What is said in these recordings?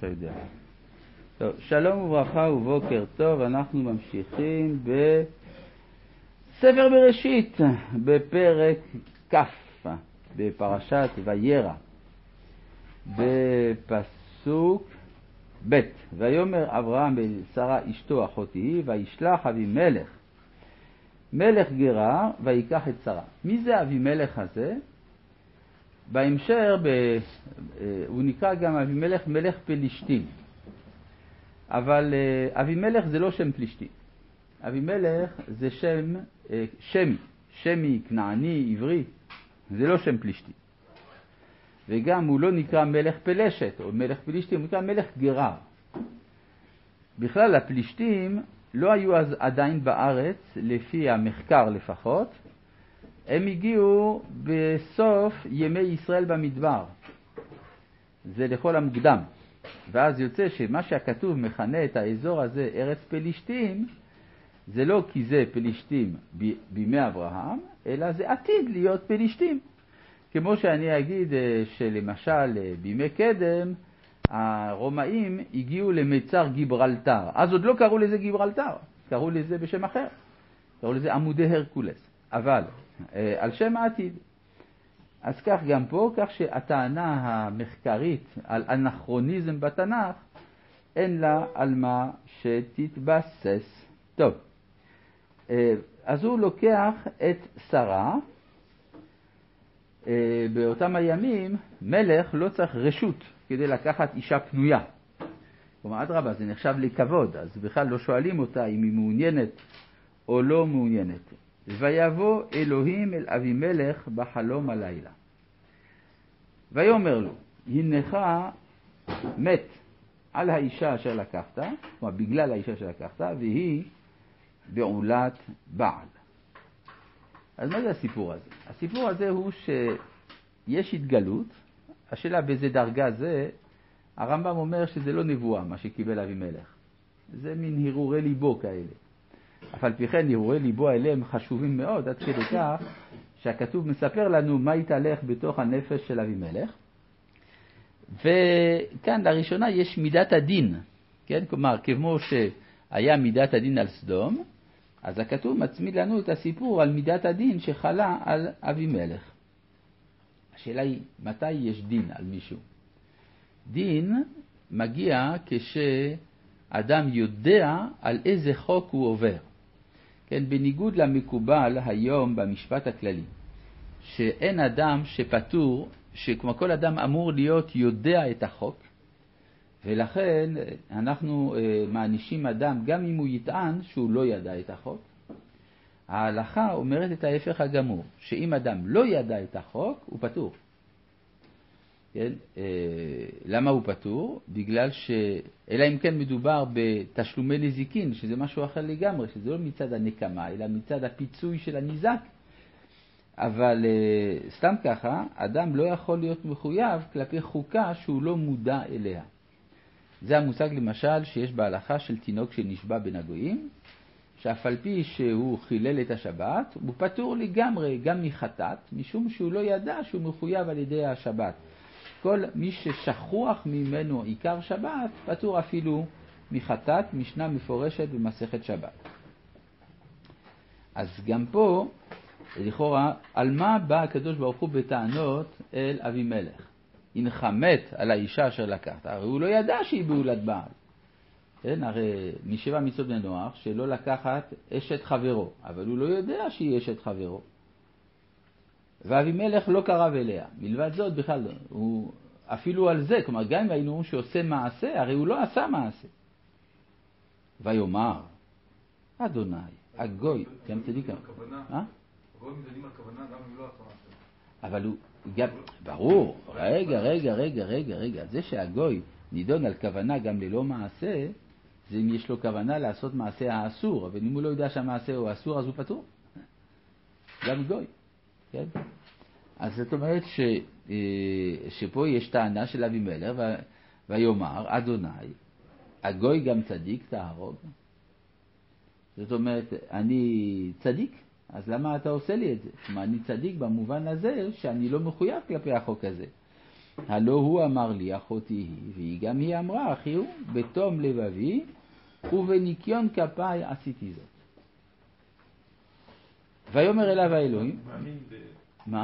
שאתה יודע. טוב, שלום וברכה ובוקר טוב, אנחנו ממשיכים בספר בראשית, בפרק כ', בפרשת וירא, בפסוק ב'. ויאמר אברהם לשרה אשתו אחותי, וישלח אבימלך מלך גרר ויקח את שרה. מי זה אבימלך הזה? בהמשך הוא נקרא גם אבימלך מלך פלישתים, אבל אבימלך זה לא שם פלישתי. אבימלך זה שם שמי, כנעני, עברי, זה לא שם פלישתי. וגם הוא לא נקרא מלך פלשת או מלך פלישתי, הוא נקרא מלך גרר. בכלל הפלישתים לא היו אז עדיין בארץ, לפי המחקר לפחות. הם הגיעו בסוף ימי ישראל במדבר, זה לכל המוקדם. ואז יוצא שמה שהכתוב מכנה את האזור הזה ארץ פלישתים, זה לא כי זה פלישתים בימי אברהם, אלא זה עתיד להיות פלישתים. כמו שאני אגיד שלמשל בימי קדם הרומאים הגיעו למצר גיברלטר, אז עוד לא קראו לזה גיברלטר, קראו לזה בשם אחר, קראו לזה עמודי הרקולס, אבל על שם העתיד. אז כך גם פה, כך שהטענה המחקרית על אנכרוניזם בתנ"ך, אין לה על מה שתתבסס. טוב, אז הוא לוקח את שרה. באותם הימים מלך לא צריך רשות כדי לקחת אישה פנויה. כלומר, אדרבה, זה נחשב לכבוד, אז בכלל לא שואלים אותה אם היא מעוניינת או לא מעוניינת. ויבוא אלוהים אל אבימלך בחלום הלילה. ויאמר לו, הנך מת על האישה אשר לקחת, כלומר בגלל האישה שלקחת, והיא בעולת בעל. אז מה זה הסיפור הזה? הסיפור הזה הוא שיש התגלות. השאלה באיזה דרגה זה, הרמב"ם אומר שזה לא נבואה מה שקיבל אבימלך. זה מין הרהורי ליבו כאלה. אף על פי כן הרהורי ליבו האלה הם חשובים מאוד, עד כדי כך שהכתוב מספר לנו מה יתהלך בתוך הנפש של אבימלך. וכאן לראשונה יש מידת הדין, כן? כלומר, כמו שהיה מידת הדין על סדום, אז הכתוב מצמיד לנו את הסיפור על מידת הדין שחלה על אבימלך. השאלה היא, מתי יש דין על מישהו? דין מגיע כשאדם יודע על איזה חוק הוא עובר. כן, בניגוד למקובל היום במשפט הכללי, שאין אדם שפטור, שכמו כל אדם אמור להיות יודע את החוק, ולכן אנחנו מענישים אדם גם אם הוא יטען שהוא לא ידע את החוק. ההלכה אומרת את ההפך הגמור, שאם אדם לא ידע את החוק, הוא פטור. כן? למה הוא פטור? בגלל אלא אם כן מדובר בתשלומי נזיקין, שזה משהו אחר לגמרי, שזה לא מצד הנקמה, אלא מצד הפיצוי של הניזק. אבל סתם ככה, אדם לא יכול להיות מחויב כלפי חוקה שהוא לא מודע אליה. זה המושג למשל שיש בהלכה של תינוק שנשבע בין הגויים, שאף על פי שהוא חילל את השבת, הוא פטור לגמרי גם מחטאת, משום שהוא לא ידע שהוא מחויב על ידי השבת. כל מי ששכוח ממנו עיקר שבת, פטור אפילו מחטאת, משנה מפורשת במסכת שבת. אז גם פה, לכאורה, על מה בא הקדוש ברוך הוא בטענות אל אבימלך? הנך מת על האישה אשר לקחת, הרי הוא לא ידע שהיא בעולת בעל. כן, הרי משבע מצוות בני נוח שלא לקחת אשת חברו, אבל הוא לא יודע שהיא אשת חברו. ואבימלך לא קרב אליה. מלבד זאת בכלל, הוא אפילו על זה, כלומר גם אם היינו שעושה מעשה, הרי הוא לא עשה מעשה. ויאמר, אדוני, הגוי, גם צדיק. הכוונה, הגוי מדנים על כוונה גם אם לא עשה מעשה. אבל הוא גם, ברור, רגע, זה שהגוי נידון על כוונה גם ללא מעשה, זה אם יש לו כוונה לעשות מעשה האסור, אבל אם הוא לא יודע שהמעשה הוא אסור, אז הוא פטור. גם גוי, כן? אז זאת אומרת שפה יש טענה של אבימלך, ויאמר, אדוני, הגוי גם צדיק תהרוג. זאת אומרת, אני צדיק, אז למה אתה עושה לי את זה? כלומר, אני צדיק במובן הזה שאני לא מחויב כלפי החוק הזה. הלא הוא אמר לי אחותי היא, והיא גם היא אמרה אחי הוא, בתום לבבי ובניקיון כפיי עשיתי זאת. ויאמר אליו האלוהים, מה?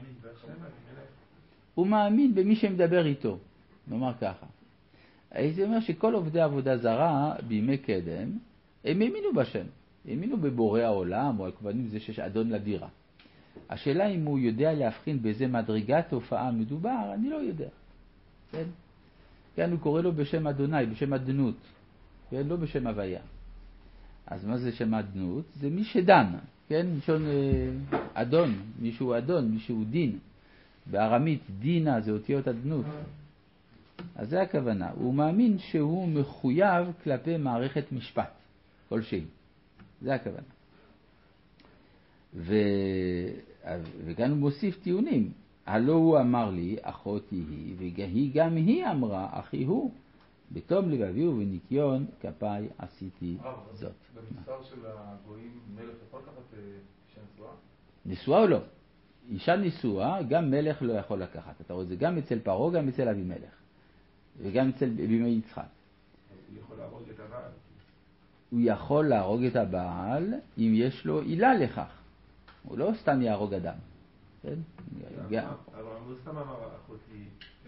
הוא מאמין במי שמדבר איתו, נאמר ככה. הייתי אומר שכל עובדי עבודה זרה בימי קדם, הם האמינו בשם, האמינו בבורא העולם, או הכוונים זה שיש אדון לבירה. השאלה אם הוא יודע להבחין באיזה מדרגת הופעה מדובר, אני לא יודע. כן? כן, הוא קורא לו בשם אדוני, בשם אדנות, כן? לא בשם הוויה. אז מה זה שם אדנות? זה מי שדן, כן? משון אדון, מישהו אדון, מישהו דין. בארמית דינה זה אותיות אדנות. אז זה הכוונה. הוא מאמין שהוא מחויב כלפי מערכת משפט כלשהי. זה הכוונה. וכאן הוא מוסיף טיעונים. הלא הוא אמר לי, אחותי היא, וגם היא אמרה, אחי הוא. בתום לבבי ובניקיון כפיי עשיתי זאת. במספר של הגויים מלך יכול לקחת אישה נשואה? נשואה או לא? אישה נשואה, גם מלך לא יכול לקחת. אתה רואה, זה גם אצל פרעה, גם אצל אבימלך. וגם אצל בימי יצחק. הוא יכול להרוג את הבעל. הוא יכול להרוג את הבעל אם יש לו עילה לכך. הוא לא סתם יהרוג אדם. כן? אבל הוא סתם אמר אחותי.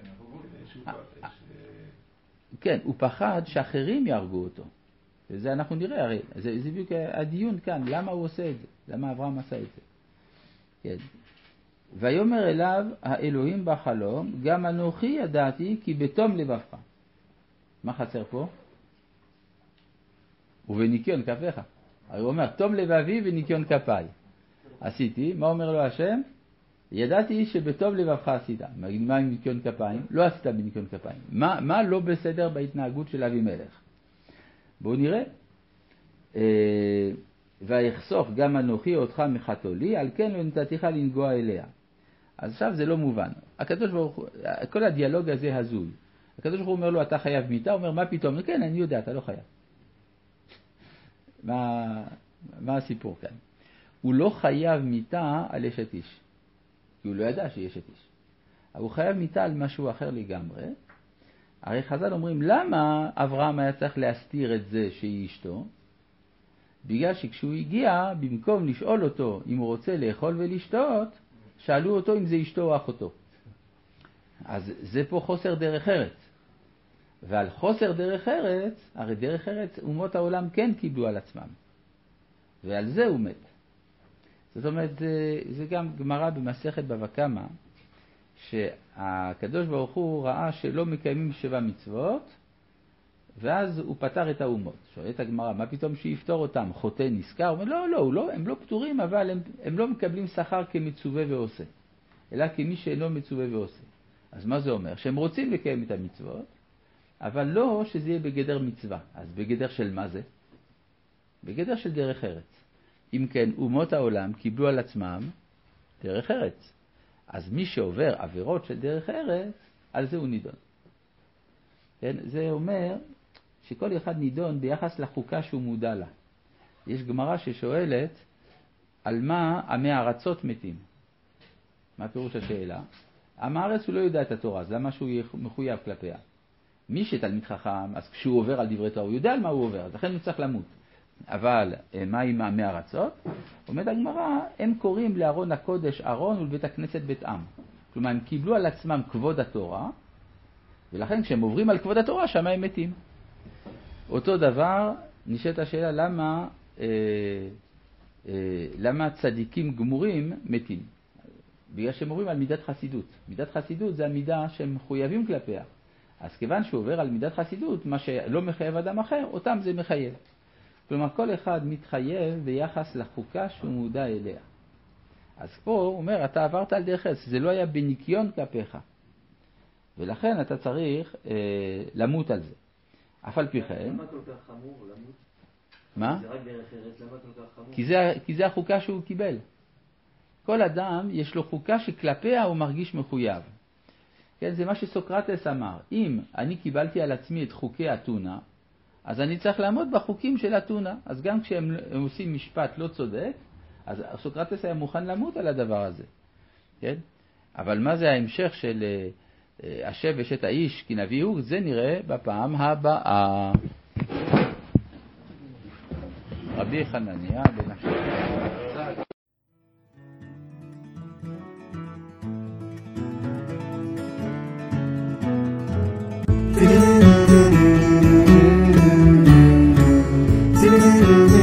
כן, הוא פחד שאחרים יהרגו אותו. וזה אנחנו נראה, הרי זה בדיוק הדיון כאן, למה הוא עושה את זה? למה אברהם עשה את זה? כן. ויאמר אליו האלוהים בחלום, גם אנוכי ידעתי כי בתום לבבך. מה חסר פה? ובניקיון כפיך. הרי הוא אומר, תום לבבי וניקיון כפיי. עשיתי, מה אומר לו השם? ידעתי שבתום לבבך עשית. מה עם ניקיון כפיים? לא עשית בניקיון כפיים. מה לא בסדר בהתנהגות של אבימלך? בואו נראה. ויחסוך גם אנוכי אותך מחתולי, על כן לא נתתיך לנגוע אליה. אז עכשיו זה לא מובן. הקדוש ברוך הוא, כל הדיאלוג הזה הזוי. הקדוש ברוך הוא אומר לו, אתה חייב מיתה? הוא אומר, מה פתאום? כן, אני יודע, אתה לא חייב. מה הסיפור כאן? הוא לא חייב מיתה על אשת איש. כי הוא לא ידע שיש את איש. אבל הוא חייב מיתה על משהו אחר לגמרי. הרי חז"ל אומרים, למה אברהם היה צריך להסתיר את זה שהיא אשתו? בגלל שכשהוא הגיע, במקום לשאול אותו אם הוא רוצה לאכול ולשתות, שאלו אותו אם זה אשתו או אחותו. אז זה פה חוסר דרך ארץ. ועל חוסר דרך ארץ, הרי דרך ארץ אומות העולם כן קיבלו על עצמם. ועל זה הוא מת. זאת אומרת, זה גם גמרא במסכת בבא קמא, שהקדוש ברוך הוא ראה שלא מקיימים 7 מצוות, ואז הוא פטר את האומות. שואלת הגמרא, מה פתאום שיפתור אותם? חוטא נזכר? הוא אומר, לא, הם לא פטורים, אבל הם לא מקבלים שכר כמצווה ועושה, אלא כמי שאינו מצווה ועושה. אז מה זה אומר? שהם רוצים לקיים את המצוות, אבל לא שזה יהיה בגדר מצווה. אז בגדר של מה זה? בגדר של דרך ארץ. אם כן, אומות העולם קיבלו על עצמם דרך ארץ. אז מי שעובר עבירות של דרך ארץ, על זה הוא נידון. כן? זה אומר שכל אחד נידון ביחס לחוקה שהוא מודע לה. יש גמרא ששואלת על מה עמי הארצות מתים. מה פירוש השאלה? עם הארץ הוא לא יודע את התורה, אז למה שהוא מחויב כלפיה? מי שתלמיד חכם, אז כשהוא עובר על דברי תורה, הוא יודע על מה הוא עובר, אז לכן הוא צריך למות. אבל מה עם עמי הארצות? עומד הגמרא, הם קוראים לארון הקודש ארון ולבית הכנסת בית עם. כלומר, הם קיבלו על עצמם כבוד התורה, ולכן כשהם עוברים על כבוד התורה, שם הם מתים. אותו דבר, נשאלת השאלה, למה צדיקים גמורים מתים? בגלל שהם עוברים על מידת חסידות. מידת חסידות זה המידה שהם מחויבים כלפיה. אז כיוון שהוא עובר על מידת חסידות, מה שלא מחייב אדם אחר, אותם זה מחייב. כלומר, כל אחד מתחייב ביחס לחוקה שהוא מודע אליה. אז פה הוא אומר, אתה עברת על דרך ארץ, זה לא היה בניקיון כפיך. ולכן אתה צריך למות על זה. אף על פי כן... למה כל כך חמור למות? מה? זה רק דרך ארץ, למה כל כך חמור? כי זה החוקה שהוא קיבל. כל אדם יש לו חוקה שכלפיה הוא מרגיש מחויב. כן, זה מה שסוקרטס אמר. אם אני קיבלתי על עצמי את חוקי אתונה, אז אני צריך לעמוד בחוקים של אתונה. אז גם כשהם עושים משפט לא צודק, אז סוקרטס היה מוכן למות על הדבר הזה. כן? אבל מה זה ההמשך השב אשת האיש כי נביא הוא, זה נראה בפעם הבאה. רבי חנניה בן השם. Thank you.